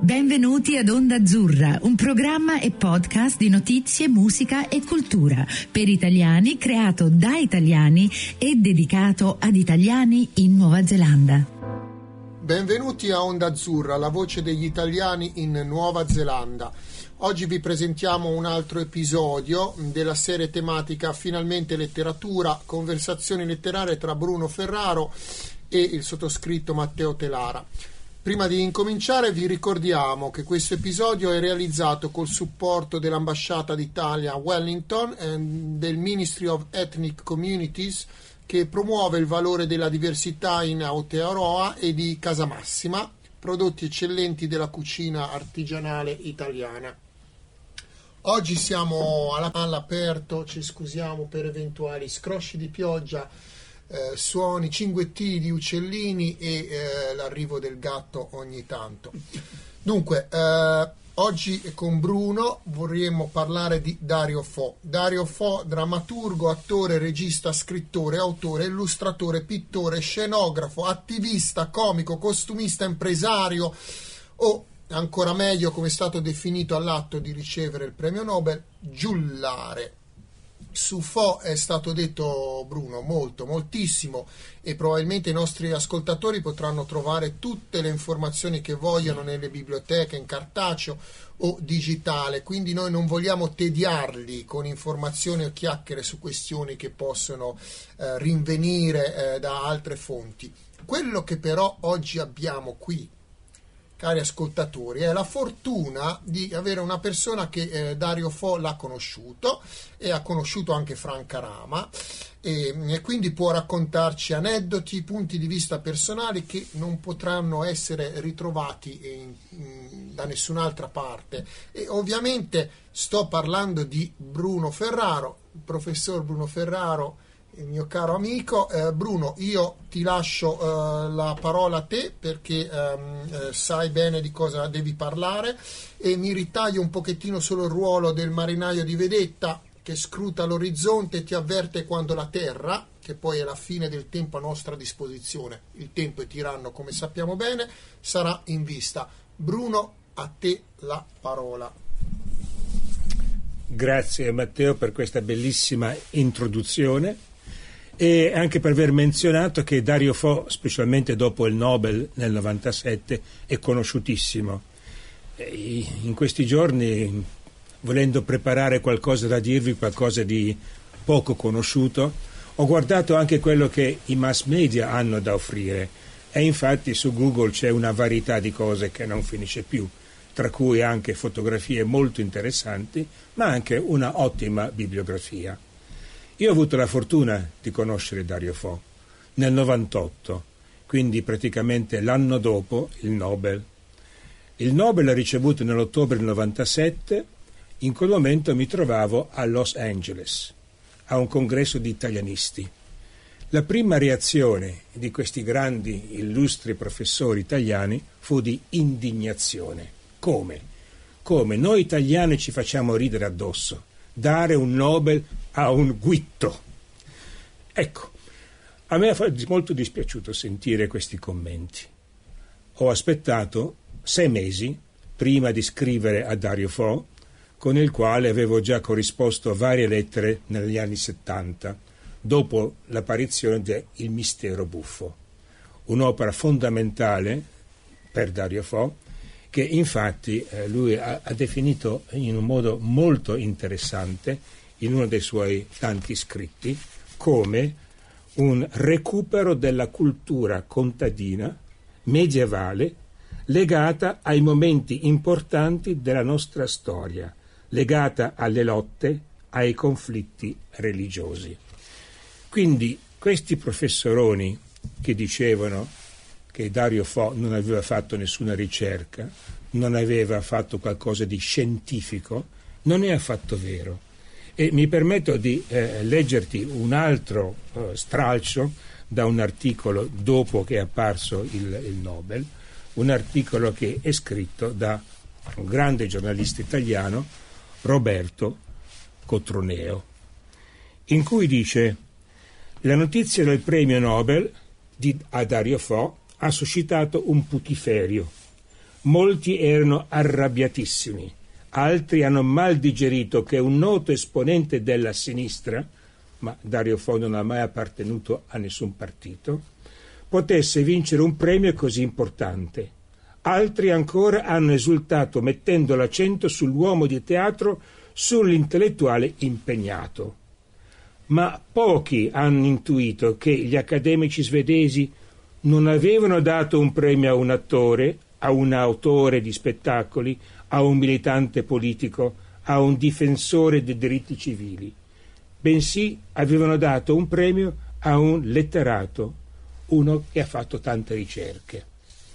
Benvenuti ad Onda Azzurra, un programma e podcast di notizie, musica e cultura per italiani, creato da italiani e dedicato ad italiani in Nuova Zelanda. Benvenuti a Onda Azzurra, la voce degli italiani in Nuova Zelanda. Oggi vi presentiamo un altro episodio della serie tematica Finalmente Letteratura, conversazioni letterarie tra Bruno Ferraro e il sottoscritto Matteo Telara. Prima di incominciare vi ricordiamo che questo episodio è realizzato col supporto dell'Ambasciata d'Italia a Wellington e del Ministry of Ethnic Communities, che promuove il valore della diversità in Aotearoa e di Casamassima, prodotti eccellenti della cucina artigianale italiana. Oggi siamo all'aperto, ci scusiamo per eventuali scrosci di pioggia, suoni, cinguettini di uccellini e l'arrivo del gatto ogni tanto. Dunque, oggi con Bruno vorremmo parlare di Dario Fo. Dario Fo, drammaturgo, attore, regista, scrittore, autore, illustratore, pittore, scenografo, attivista, comico, costumista, impresario o, ancora meglio, come è stato definito all'atto di ricevere il premio Nobel, giullare. Su Fo è stato detto, Bruno, moltissimo, e probabilmente i nostri ascoltatori potranno trovare tutte le informazioni che vogliono nelle biblioteche in cartaceo o digitale, quindi noi non vogliamo tediarli con informazioni o chiacchiere su questioni che possono rinvenire da altre fonti. Quello che però oggi abbiamo qui, cari ascoltatori, è la fortuna di avere una persona che Dario Fo l'ha conosciuto e ha conosciuto anche Franca Rama e quindi può raccontarci aneddoti, punti di vista personali che non potranno essere ritrovati da nessun'altra parte. E ovviamente sto parlando di Bruno Ferraro, il professor Bruno Ferraro, il mio caro amico. Bruno, io ti lascio la parola a te perché sai bene di cosa devi parlare e mi ritaglio un pochettino solo il ruolo del marinaio di vedetta che scruta l'orizzonte e ti avverte quando la terra, che poi è la fine del tempo a nostra disposizione, il tempo è tiranno come sappiamo bene, sarà in vista. Bruno, a te la parola. Grazie Matteo per questa bellissima introduzione e anche per aver menzionato che Dario Fo, specialmente dopo il Nobel nel 97, è conosciutissimo. In questi giorni, volendo preparare qualcosa da dirvi, qualcosa di poco conosciuto, ho guardato anche quello che i mass media hanno da offrire e infatti su Google c'è una varietà di cose che non finisce più, tra cui anche fotografie molto interessanti, ma anche una ottima bibliografia. Io ho avuto la fortuna di conoscere Dario Fo nel 98, quindi praticamente l'anno dopo il Nobel. Il Nobel l'ho ricevuto nell'ottobre del 97, in quel momento mi trovavo a Los Angeles, a un congresso di italianisti. La prima reazione di questi grandi, illustri professori italiani fu di indignazione. Come? Noi italiani ci facciamo ridere addosso? Dare un Nobel a un guitto? Ecco, a me è molto dispiaciuto sentire questi commenti. Ho aspettato 6 mesi prima di scrivere a Dario Fo, con il quale avevo già corrisposto varie lettere negli anni 70, dopo l'apparizione di Il mistero buffo, un'opera fondamentale per Dario Fo, che infatti lui ha definito in un modo molto interessante in uno dei suoi tanti scritti come un recupero della cultura contadina medievale legata ai momenti importanti della nostra storia, legata alle lotte, ai conflitti religiosi. Quindi questi professoroni che dicevano che Dario Fo non aveva fatto nessuna ricerca, non aveva fatto qualcosa di scientifico, non è affatto vero. E mi permetto di leggerti un altro stralcio da un articolo dopo che è apparso il Nobel, un articolo che è scritto da un grande giornalista italiano, Roberto Cotroneo, in cui dice: la notizia del premio Nobel a Dario Fo ha suscitato un putiferio. Molti erano arrabbiatissimi, altri hanno mal digerito che un noto esponente della sinistra, ma Dario Fo non ha mai appartenuto a nessun partito, potesse vincere un premio così importante. Altri ancora hanno esultato mettendo l'accento sull'uomo di teatro, sull'intellettuale impegnato. Ma pochi hanno intuito che gli accademici svedesi non avevano dato un premio a un attore, a un autore di spettacoli, a un militante politico, a un difensore dei diritti civili, bensì avevano dato un premio a un letterato, uno che ha fatto tante ricerche.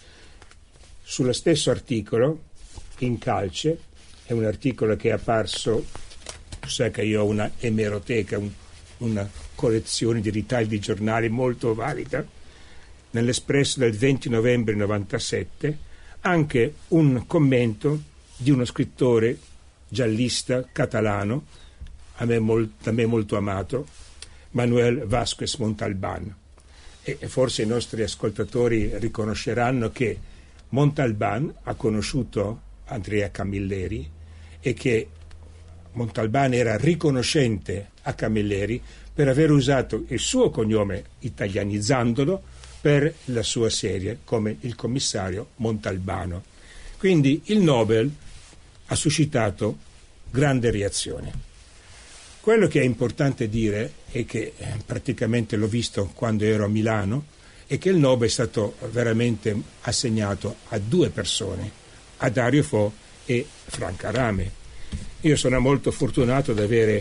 Sullo stesso articolo, in Calce, è un articolo che è apparso, sai che io ho una emeroteca, una collezione di ritagli di giornali molto valida, nell'Espresso del 20 novembre 97, anche un commento di uno scrittore giallista catalano, da me molto amato, Manuel Vázquez Montalbán. E forse i nostri ascoltatori riconosceranno che Montalbán ha conosciuto Andrea Camilleri e che Montalbán era riconoscente a Camilleri per aver usato il suo cognome italianizzandolo per la sua serie come il commissario Montalbano. Quindi il Nobel ha suscitato grande reazione. Quello che è importante dire, e che praticamente l'ho visto quando ero a Milano, è che il Nobel è stato veramente assegnato a due persone, a Dario Fo e Frank Arame. Io sono molto fortunato ad avere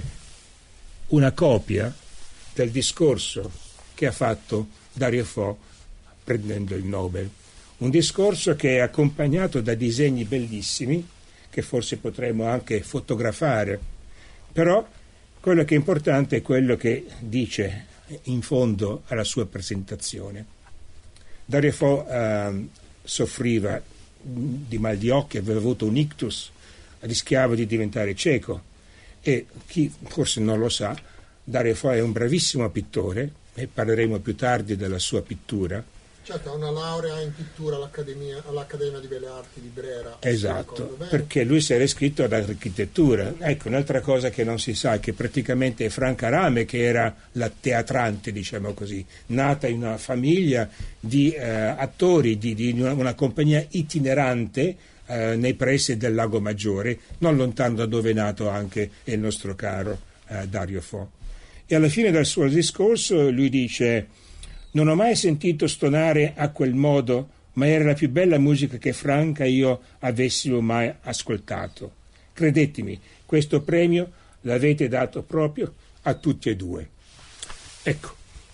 una copia del discorso che ha fatto Dario Fo prendendo il Nobel. Un discorso che è accompagnato da disegni bellissimi, che forse potremmo anche fotografare, però quello che è importante è quello che dice in fondo alla sua presentazione. Dario Fo soffriva di mal di occhi, aveva avuto un ictus, rischiava di diventare cieco e chi forse non lo sa, Dario Fo è un bravissimo pittore e parleremo più tardi della sua pittura. Certo, ha una laurea in pittura all'Accademia di Belle Arti di Brera. Esatto, perché lui si era iscritto all'architettura. Ecco, un'altra cosa che non si sa è che praticamente è Frank Arame che era la teatrante, diciamo così, nata in una famiglia di attori, di una compagnia itinerante nei pressi del Lago Maggiore, non lontano da dove è nato anche il nostro caro Dario Fo. E alla fine del suo discorso lui dice: non ho mai sentito stonare a quel modo, ma era la più bella musica che Franca e io avessimo mai ascoltato. Credetemi, questo premio l'avete dato proprio a tutti e due. Ecco,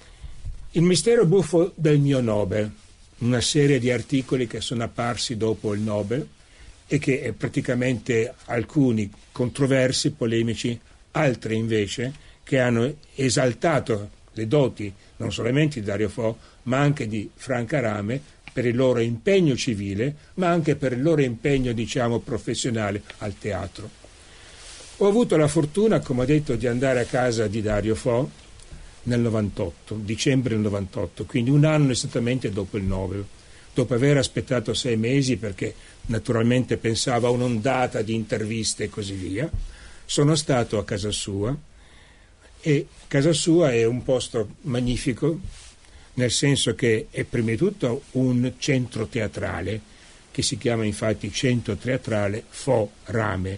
il mistero buffo del mio Nobel, una serie di articoli che sono apparsi dopo il Nobel e che praticamente alcuni controversi, polemici, altri invece che hanno esaltato le doti non solamente di Dario Fo, ma anche di Frank Arame per il loro impegno civile, ma anche per il loro impegno, diciamo, professionale al teatro. Ho avuto la fortuna, come ho detto, di andare a casa di Dario Fo nel 98, dicembre del 98, quindi un anno esattamente dopo il Nobel, dopo aver aspettato 6 mesi perché naturalmente pensavo a un'ondata di interviste e così via. Sono stato a casa sua e casa sua è un posto magnifico, nel senso che è prima di tutto un centro teatrale che si chiama infatti Centro Teatrale Fo Rame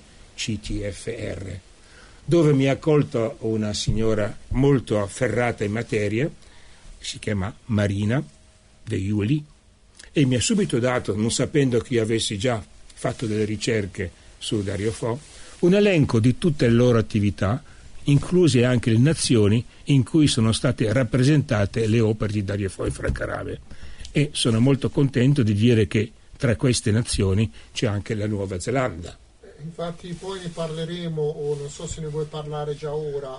CTFR, dove mi ha accolto una signora molto afferrata in materia, si chiama Marina De Iuli, e mi ha subito dato, non sapendo che io avessi già fatto delle ricerche su Dario Fo, un elenco di tutte le loro attività, incluse anche le nazioni in cui sono state rappresentate le opere di Dario Fo e Frank Arame, e sono molto contento di dire che tra queste nazioni c'è anche la Nuova Zelanda. Infatti poi ne parleremo, o non so se ne vuoi parlare già ora,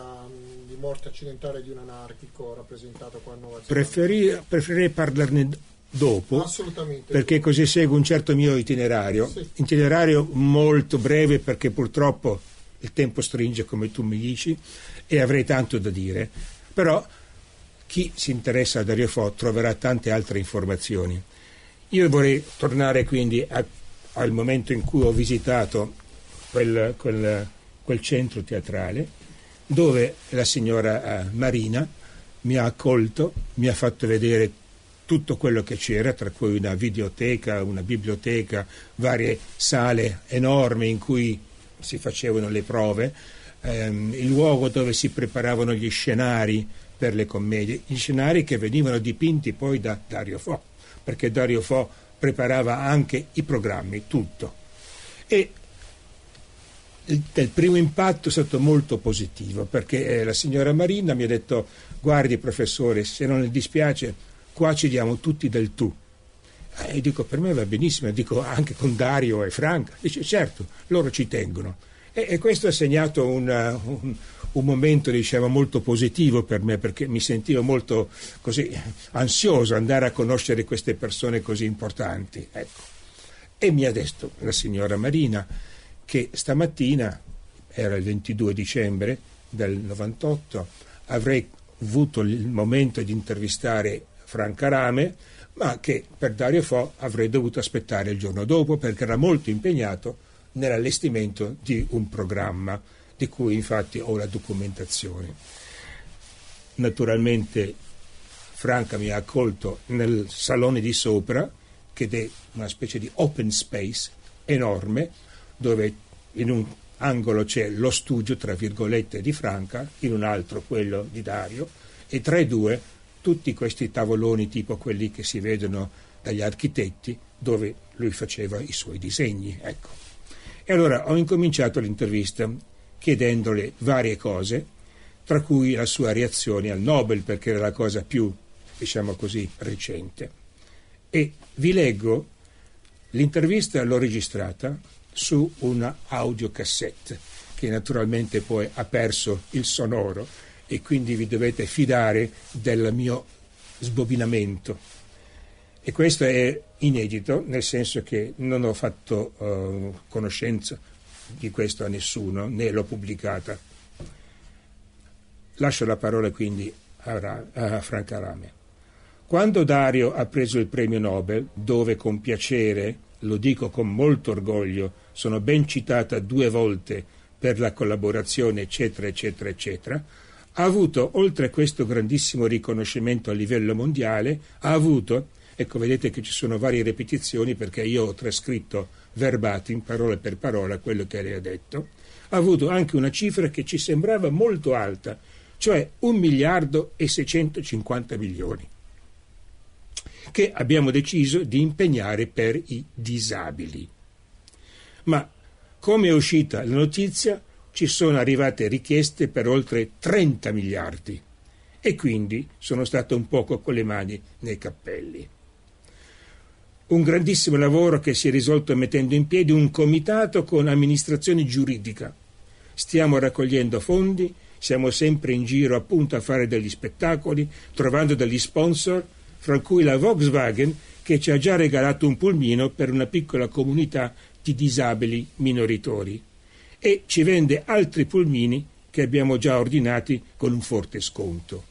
di morte accidentale di un anarchico rappresentato qua a Nuova Zelanda. Preferirei parlarne dopo, assolutamente, perché così seguo un certo mio itinerario, sì. Itinerario molto breve perché purtroppo il tempo stringe, come tu mi dici, e avrei tanto da dire, però chi si interessa a Dario Fo troverà tante altre informazioni. Io vorrei tornare quindi al momento in cui ho visitato quel centro teatrale, dove la signora Marina mi ha accolto, mi ha fatto vedere tutto quello che c'era, tra cui una videoteca, una biblioteca, varie sale enormi in cui si facevano le prove, il luogo dove si preparavano gli scenari per le commedie, gli scenari che venivano dipinti poi da Dario Fo, perché Dario Fo preparava anche i programmi, tutto. E il primo impatto è stato molto positivo, perché la signora Marina mi ha detto: guardi professore, se non le dispiace, qua ci diamo tutti del tu. E dico: per me va benissimo, dico anche con Dario e Franca. Dice: certo, loro ci tengono. E questo ha segnato un momento, diciamo, molto positivo per me, perché mi sentivo molto così ansioso andare a conoscere queste persone così importanti, ecco. E mi ha detto la signora Marina che stamattina, era il 22 dicembre del 98, avrei avuto il momento di intervistare Franca Rame, ma che per Dario Fo avrei dovuto aspettare il giorno dopo, perché era molto impegnato nell'allestimento di un programma di cui infatti ho la documentazione. Naturalmente Franca mi ha accolto nel salone di sopra, che è una specie di open space enorme, dove in un angolo c'è lo studio, tra virgolette, di Franca, in un altro quello di Dario, e tra i due tutti questi tavoloni tipo quelli che si vedono dagli architetti, dove lui faceva i suoi disegni, ecco. E allora ho incominciato l'intervista chiedendole varie cose, tra cui la sua reazione al Nobel, perché era la cosa più, diciamo così, recente. E vi leggo l'intervista, l'ho registrata su una audiocassette, che naturalmente poi ha perso il sonoro, e quindi vi dovete fidare del mio sbobinamento. E questo è inedito, nel senso che non ho fatto conoscenza di questo a nessuno, né l'ho pubblicata. Lascio la parola quindi a Franca Rame. Quando Dario ha preso il premio Nobel, dove con piacere, lo dico con molto orgoglio, sono ben citata 2 volte per la collaborazione, eccetera, eccetera, eccetera, ha avuto, oltre a questo grandissimo riconoscimento a livello mondiale, ha avuto, ecco, vedete che ci sono varie ripetizioni perché io ho trascritto verbatim, parola per parola, quello che lei ha detto, ha avuto anche una cifra che ci sembrava molto alta, cioè 1.650 milioni, che abbiamo deciso di impegnare per i disabili. Ma come è uscita la notizia, ci sono arrivate richieste per oltre 30 miliardi e quindi sono stato un poco con le mani nei cappelli. Un grandissimo lavoro che si è risolto mettendo in piedi un comitato con amministrazione giuridica. Stiamo raccogliendo fondi, siamo sempre in giro appunto a fare degli spettacoli, trovando degli sponsor, fra cui la Volkswagen, che ci ha già regalato un pulmino per una piccola comunità di disabili minoritori, e ci vende altri pulmini che abbiamo già ordinati con un forte sconto.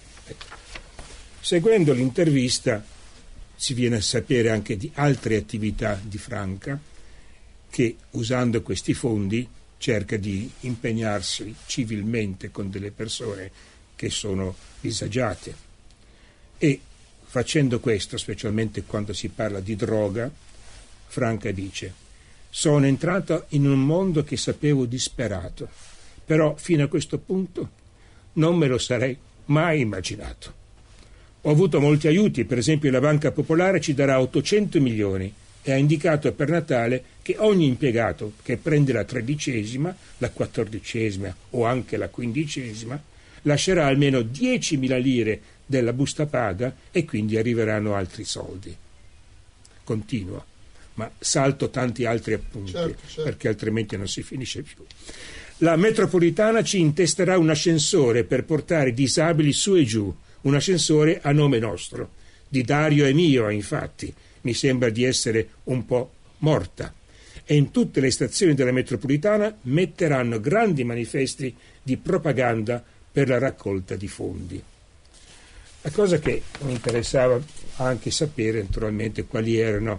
Seguendo l'intervista si viene a sapere anche di altre attività di Franca, che usando questi fondi cerca di impegnarsi civilmente con delle persone che sono disagiate, e facendo questo, specialmente quando si parla di droga, Franca dice: sono entrato in un mondo che sapevo disperato, però fino a questo punto non me lo sarei mai immaginato. Ho avuto molti aiuti, per esempio la Banca Popolare ci darà 800 milioni e ha indicato per Natale che ogni impiegato che prende la 13ª, la 14ª o anche la 15ª lascerà almeno 10.000 lire della busta paga e quindi arriveranno altri soldi. Continuo, ma salto tanti altri appunti, certo. Perché altrimenti non si finisce più. La metropolitana ci intesterà un ascensore per portare i disabili su e giù, un ascensore a nome nostro, di Dario e mio, infatti, mi sembra di essere un po' morta. E in tutte le stazioni della metropolitana metteranno grandi manifesti di propaganda per la raccolta di fondi. La cosa che mi interessava anche sapere naturalmente quali erano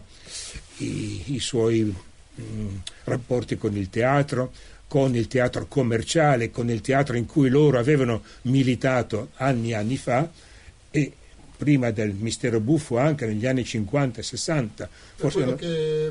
i suoi rapporti con il teatro commerciale, con il teatro in cui loro avevano militato anni e anni fa, e prima del Mistero Buffo anche negli anni 50 e 60. Forse quello che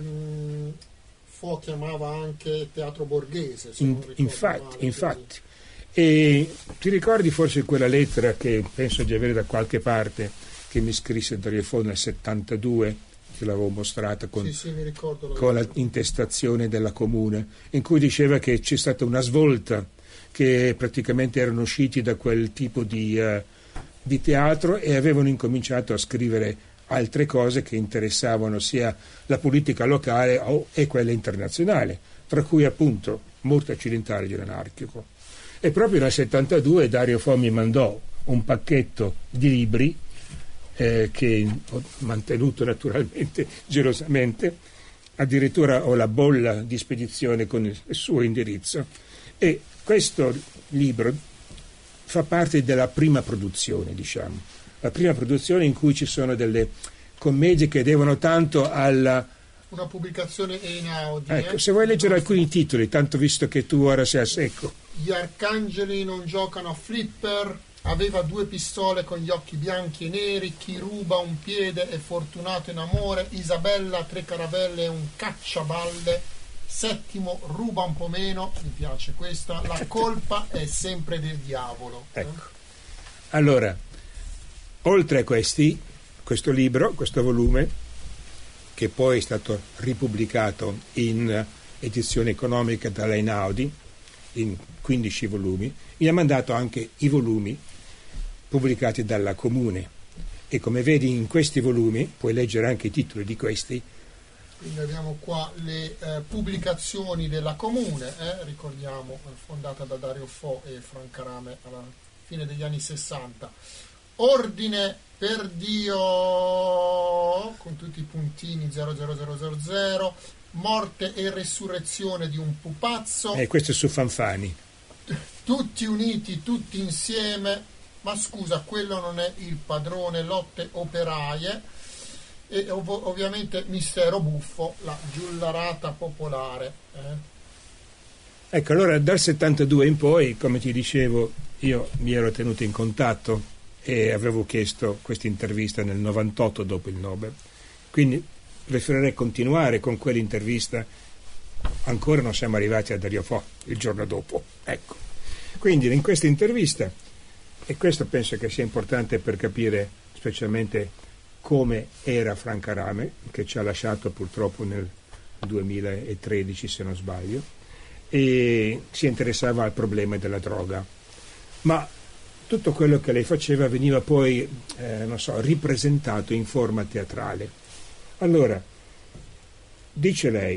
Fo chiamava anche teatro borghese. Infatti. E ti ricordi forse quella lettera che penso di avere da qualche parte, che mi scrisse Dario Fo nel 72, che l'avevo mostrata con mi ricordo, con la intestazione della Comune, in cui diceva che c'è stata una svolta, che praticamente erano usciti da quel tipo di teatro e avevano incominciato a scrivere altre cose che interessavano sia la politica locale e quella internazionale, tra cui appunto molto occidentale e anarchico. E proprio nel 72 Dario Fo mi mandò un pacchetto di libri che ho mantenuto naturalmente gelosamente, addirittura ho la bolla di spedizione con il suo indirizzo, e questo libro fa parte della prima produzione, diciamo, la prima produzione in cui ci sono delle commedie che devono tanto alla... Una pubblicazione Einaudi. Ecco, se vuoi leggere alcuni titoli, tanto visto che tu ora sei a secco. Gli arcangeli non giocano a flipper, aveva 2 pistole con gli occhi bianchi e neri, chi ruba un piede è fortunato in amore, Isabella 3 caravelle e un cacciaballe, Settimo ruba un po' meno, mi piace questa, la colpa è sempre del diavolo. Ecco. Allora, oltre a questo libro, questo volume, che poi è stato ripubblicato in edizione economica dalla Einaudi in 15 volumi, mi ha mandato anche i volumi pubblicati dalla Comune, e come vedi in questi volumi puoi leggere anche i titoli di questi. Quindi abbiamo qua le pubblicazioni della Comune, ricordiamo, fondata da Dario Fo e Franca Rame alla fine degli anni 60. Ordine per Dio, con tutti i puntini 00000, morte e resurrezione di un pupazzo. Questo è su Fanfani. Tutti uniti, tutti insieme, ma scusa, quello non è il padrone, lotte operaie, e ovviamente Mistero Buffo, la giullarata popolare. Ecco, allora dal 72 in poi, come ti dicevo, io mi ero tenuto in contatto e avevo chiesto questa intervista nel 98 dopo il Nobel, quindi preferirei continuare con quell'intervista. Ancora non siamo arrivati a Dario Fo il giorno dopo, ecco. Quindi in questa intervista, e questo penso che sia importante per capire specialmente come era Franca Rame, che ci ha lasciato purtroppo nel 2013 se non sbaglio, e si interessava al problema della droga, ma tutto quello che lei faceva veniva poi ripresentato in forma teatrale. Allora, dice lei,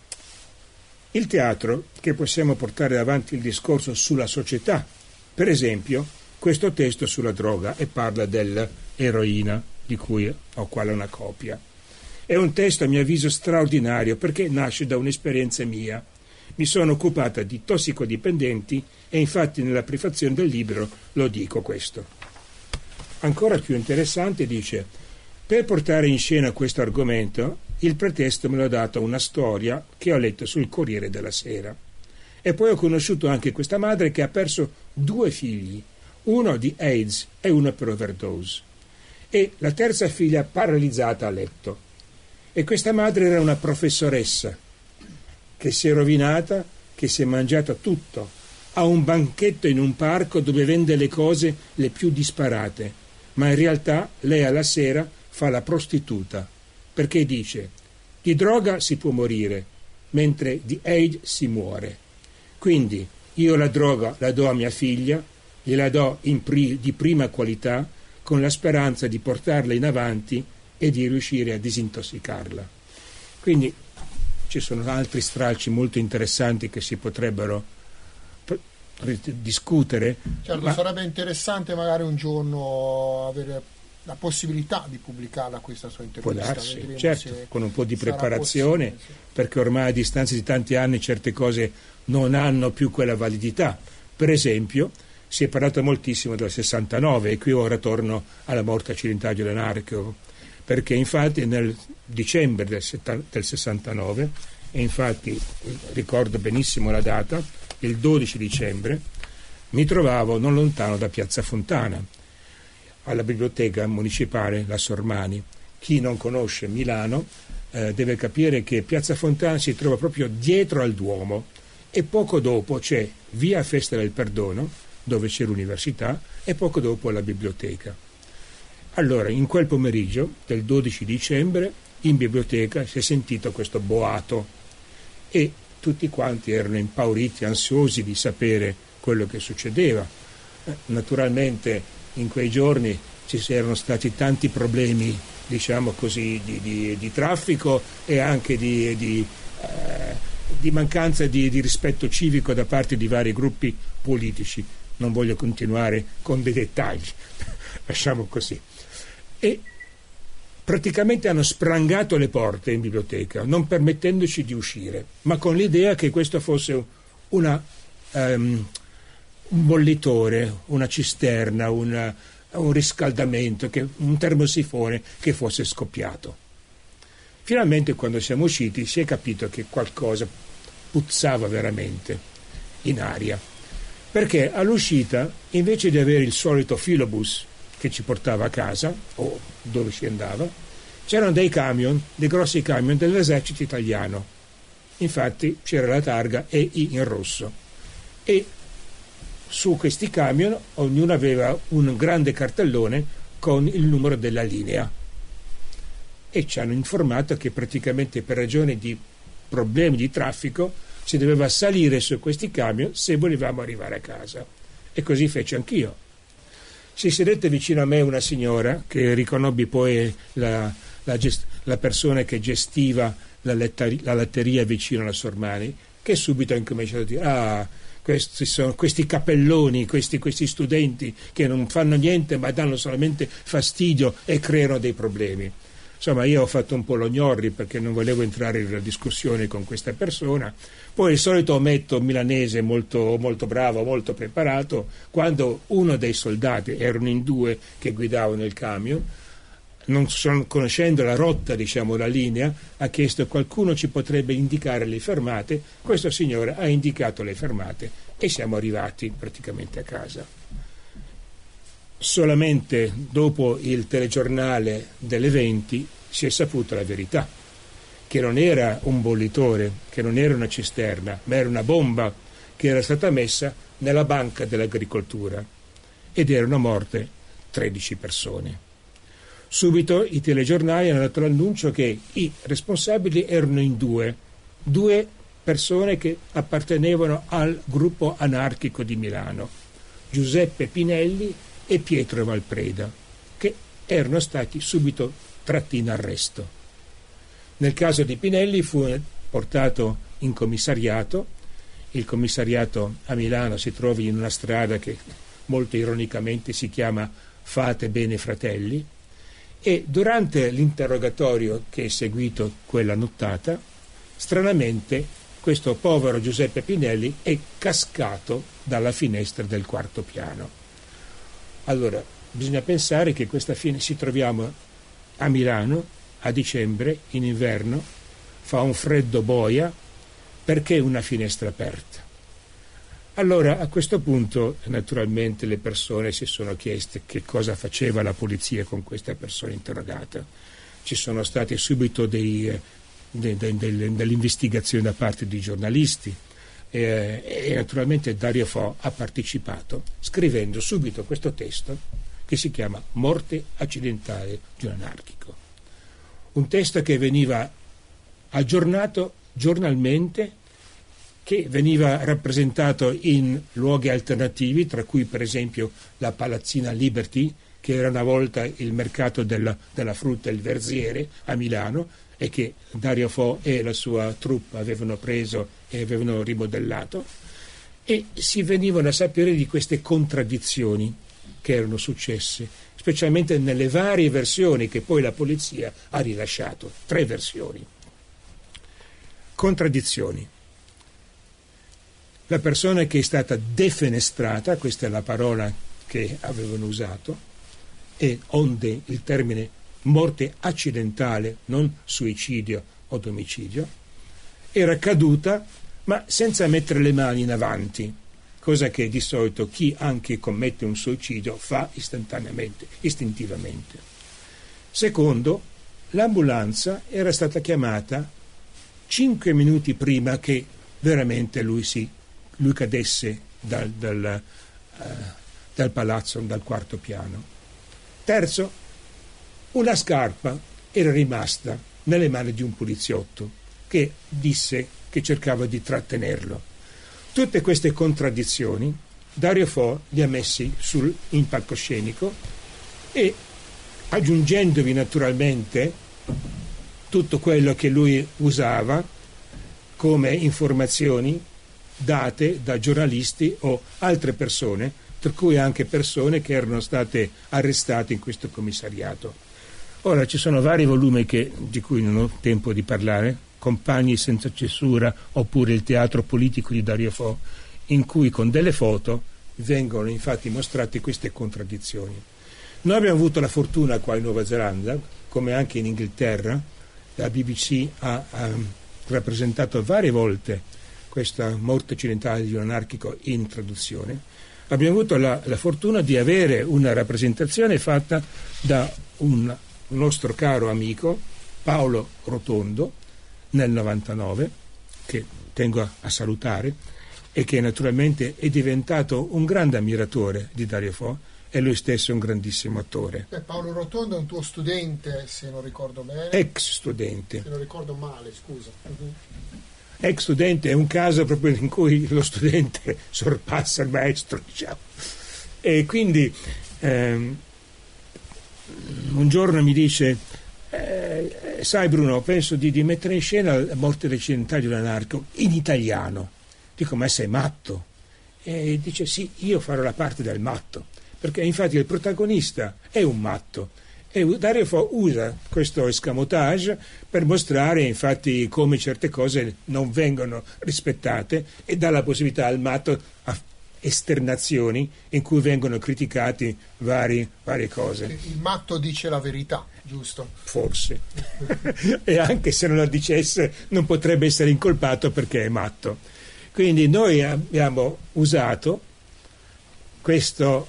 il teatro, che possiamo portare avanti il discorso sulla società, per esempio questo testo sulla droga, e parla dell'eroina, di cui ho qua una copia. È un testo a mio avviso straordinario perché nasce da un'esperienza mia. Mi sono occupata di tossicodipendenti e infatti nella prefazione del libro lo dico questo. Ancora più interessante, dice, per portare in scena questo argomento il pretesto me l'ha dato una storia che ho letto sul Corriere della Sera, e poi ho conosciuto anche questa madre che ha perso 2 figli, uno di AIDS e uno per overdose, e la terza figlia paralizzata a letto. E questa madre era una professoressa che si è rovinata, che si è mangiata tutto, ha un banchetto in un parco dove vende le cose le più disparate, ma in realtà lei alla sera fa la prostituta, perché dice: di droga si può morire, mentre di AIDS si muore. Quindi io la droga la do a mia figlia, gliela do di prima qualità, con la speranza di portarla in avanti e di riuscire a disintossicarla. Quindi ci sono altri stralci molto interessanti che si potrebbero discutere. Certo, ma sarebbe interessante magari un giorno avere la possibilità di pubblicarla questa sua intervista. Può darsi, certo, con un po' di preparazione, sì. Perché ormai a distanza di tanti anni certe cose non hanno più quella validità. Per esempio, Si è parlato moltissimo del 69 e qui ora torno alla morte accidentale di Leonardo, perché infatti nel dicembre del 69, e infatti ricordo benissimo la data, il 12 dicembre, mi trovavo non lontano da Piazza Fontana, alla biblioteca municipale La Sormani. Chi non conosce Milano deve capire che Piazza Fontana si trova proprio dietro al Duomo e poco dopo c'è via Festa del Perdono, dove c'è l'università, e poco dopo la biblioteca. Allora, in quel pomeriggio del 12 dicembre, in biblioteca si è sentito questo boato e tutti quanti erano impauriti, ansiosi di sapere quello che succedeva. Naturalmente in quei giorni ci erano stati tanti problemi, diciamo così, di traffico e anche di mancanza di rispetto civico da parte di vari gruppi politici. Non voglio continuare con dei dettagli, lasciamo così. E praticamente hanno sprangato le porte in biblioteca, non permettendoci di uscire, ma con l'idea che questo fosse un bollitore, una cisterna, un riscaldamento, un termosifone che fosse scoppiato. Finalmente, quando siamo usciti, si è capito che qualcosa puzzava veramente in aria, perché all'uscita, invece di avere il solito filobus che ci portava a casa o dove si andava, c'erano dei camion, dei grossi camion dell'esercito italiano. Infatti c'era la targa EI in rosso e su questi camion ognuno aveva un grande cartellone con il numero della linea e ci hanno informato che praticamente per ragioni di problemi di traffico si doveva salire su questi camion se volevamo arrivare a casa, e così feci anch'io. Si sedette vicino a me una signora che riconobbi poi la persona che gestiva la latteria vicino alla Sormani, che subito ha incominciato a dire: questi capelloni, questi studenti che non fanno niente ma danno solamente fastidio e creano dei problemi. Insomma, io ho fatto un po' lo gnorri perché non volevo entrare in una discussione con questa persona. Poi il solito ometto milanese molto, molto bravo, molto preparato, quando uno dei soldati, erano in due che guidavano il camion, non conoscendo la rotta, diciamo la linea, ha chiesto: qualcuno ci potrebbe indicare le fermate? Questo signore ha indicato le fermate e siamo arrivati praticamente a casa. Solamente dopo il telegiornale delle 20 si è saputa la verità, che non era un bollitore, che non era una cisterna, ma era una bomba che era stata messa nella banca dell'agricoltura ed erano morte 13 persone. Subito i telegiornali hanno dato l'annuncio che i responsabili erano in due persone che appartenevano al gruppo anarchico di Milano, Giuseppe Pinelli e Pietro Valpreda, che erano stati subito tratti in arresto. Nel caso di Pinelli fu portato in commissariato. Il commissariato a Milano si trova in una strada che molto ironicamente si chiama Fate Bene Fratelli, e durante l'interrogatorio che è seguito quella nottata, stranamente questo povero Giuseppe Pinelli è cascato dalla finestra del quarto piano. Allora, bisogna pensare che questa fine ci troviamo a Milano a dicembre, in inverno, fa un freddo boia, perché una finestra aperta. Allora, a questo punto, naturalmente, le persone si sono chieste che cosa faceva la polizia con questa persona interrogata. Ci sono stati subito dell'investigazione da parte di giornalisti, e naturalmente Dario Fo ha partecipato scrivendo subito questo testo che si chiama Morte accidentale di un anarchico, un testo che veniva aggiornato giornalmente, che veniva rappresentato in luoghi alternativi, tra cui per esempio la Palazzina Liberty, che era una volta il mercato della frutta, il Verziere a Milano, e che Dario Fo e la sua troupe avevano preso e avevano rimodellato, e si venivano a sapere di queste contraddizioni che erano successe, specialmente nelle varie versioni che poi la polizia ha rilasciato, 3 versioni. Contraddizioni. la persona che è stata defenestrata, questa è la parola che avevano usato, e onde il termine morte accidentale, non suicidio o omicidio, era caduta ma senza mettere le mani in avanti, cosa che di solito chi anche commette un suicidio fa istantaneamente, istintivamente. Secondo, l'ambulanza era stata chiamata 5 minuti prima che veramente lui cadesse dal palazzo, dal quarto piano. Terzo, una scarpa era rimasta nelle mani di un poliziotto che disse che cercava di trattenerlo. Tutte queste contraddizioni Dario Fo li ha messi in palcoscenico e, aggiungendovi naturalmente tutto quello che lui usava come informazioni date da giornalisti o altre persone, tra cui anche persone che erano state arrestate in questo commissariato. Ora ci sono vari volumi di cui non ho tempo di parlare, Compagni senza censura oppure il teatro politico di Dario Fo, in cui con delle foto vengono infatti mostrate queste contraddizioni. Noi abbiamo avuto la fortuna qua in Nuova Zelanda, come anche in Inghilterra, la BBC ha rappresentato varie volte questa morte accidentale di un anarchico in traduzione. Abbiamo avuto la fortuna di avere una rappresentazione fatta da un nostro caro amico Paolo Rotondo nel 99, che tengo a salutare, e che naturalmente è diventato un grande ammiratore di Dario Fo, e lui stesso è un grandissimo attore. Paolo Rotondo è un tuo studente, se non ricordo bene. Ex studente. Se non ricordo male, scusa. Ex studente è un caso proprio in cui lo studente sorpassa il maestro, diciamo. E quindi un giorno mi dice: sai Bruno, penso di mettere in scena la morte accidentale di un anarchico in italiano. Dico: ma sei matto? E dice: sì, io farò la parte del matto, perché infatti il protagonista è un matto, e Dario Fo usa questo escamotage per mostrare infatti come certe cose non vengono rispettate, e dà la possibilità al matto a esternazioni in cui vengono criticati varie cose. Il matto dice la verità, giusto? Forse. E anche se non la dicesse non potrebbe essere incolpato perché è matto. Quindi noi abbiamo usato questo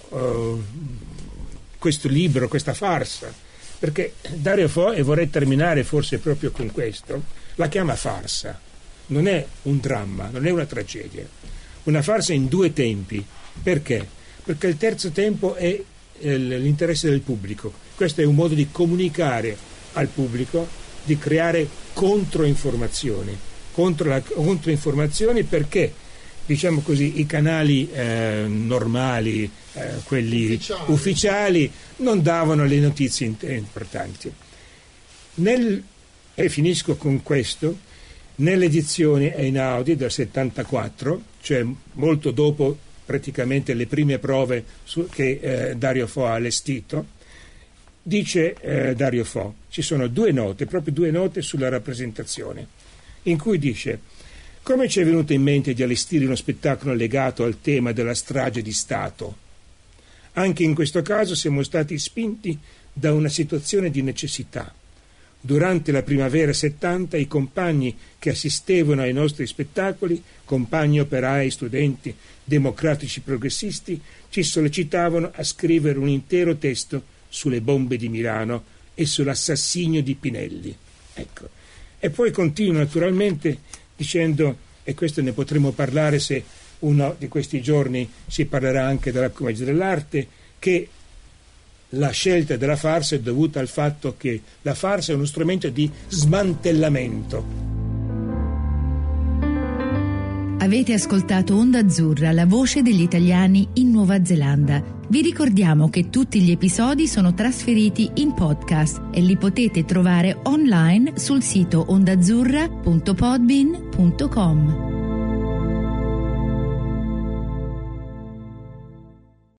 libro, questa farsa, perché Dario Fo, e vorrei terminare forse proprio con questo, la chiama farsa. Non è un dramma, non è una tragedia. Una farsa in 2 tempi. Perché? Perché il terzo tempo è l'interesse del pubblico. Questo è un modo di comunicare al pubblico, di creare controinformazioni, perché, diciamo così, i canali normali, quelli ufficiali, non davano le notizie importanti. E finisco con questo. Nell'edizione Einaudi del 74, cioè molto dopo praticamente le prime prove che Dario Fo ha allestito, dice Dario Fo, ci sono 2 note, proprio 2 note sulla rappresentazione, in cui dice: come ci è venuto in mente di allestire uno spettacolo legato al tema della strage di Stato? Anche in questo caso siamo stati spinti da una situazione di necessità. Durante la primavera 70 i compagni che assistevano ai nostri spettacoli, compagni operai, studenti, democratici progressisti, ci sollecitavano a scrivere un intero testo sulle bombe di Milano e sull'assassinio di Pinelli. Ecco. E poi continua naturalmente dicendo, e questo ne potremo parlare se uno di questi giorni si parlerà anche della commedia dell'arte, che la scelta della farsa è dovuta al fatto che la farsa è uno strumento di smantellamento. Avete ascoltato Onda Azzurra, la voce degli italiani in Nuova Zelanda. Vi ricordiamo che tutti gli episodi sono trasferiti in podcast e li potete trovare online sul sito ondaazzurra.podbean.com.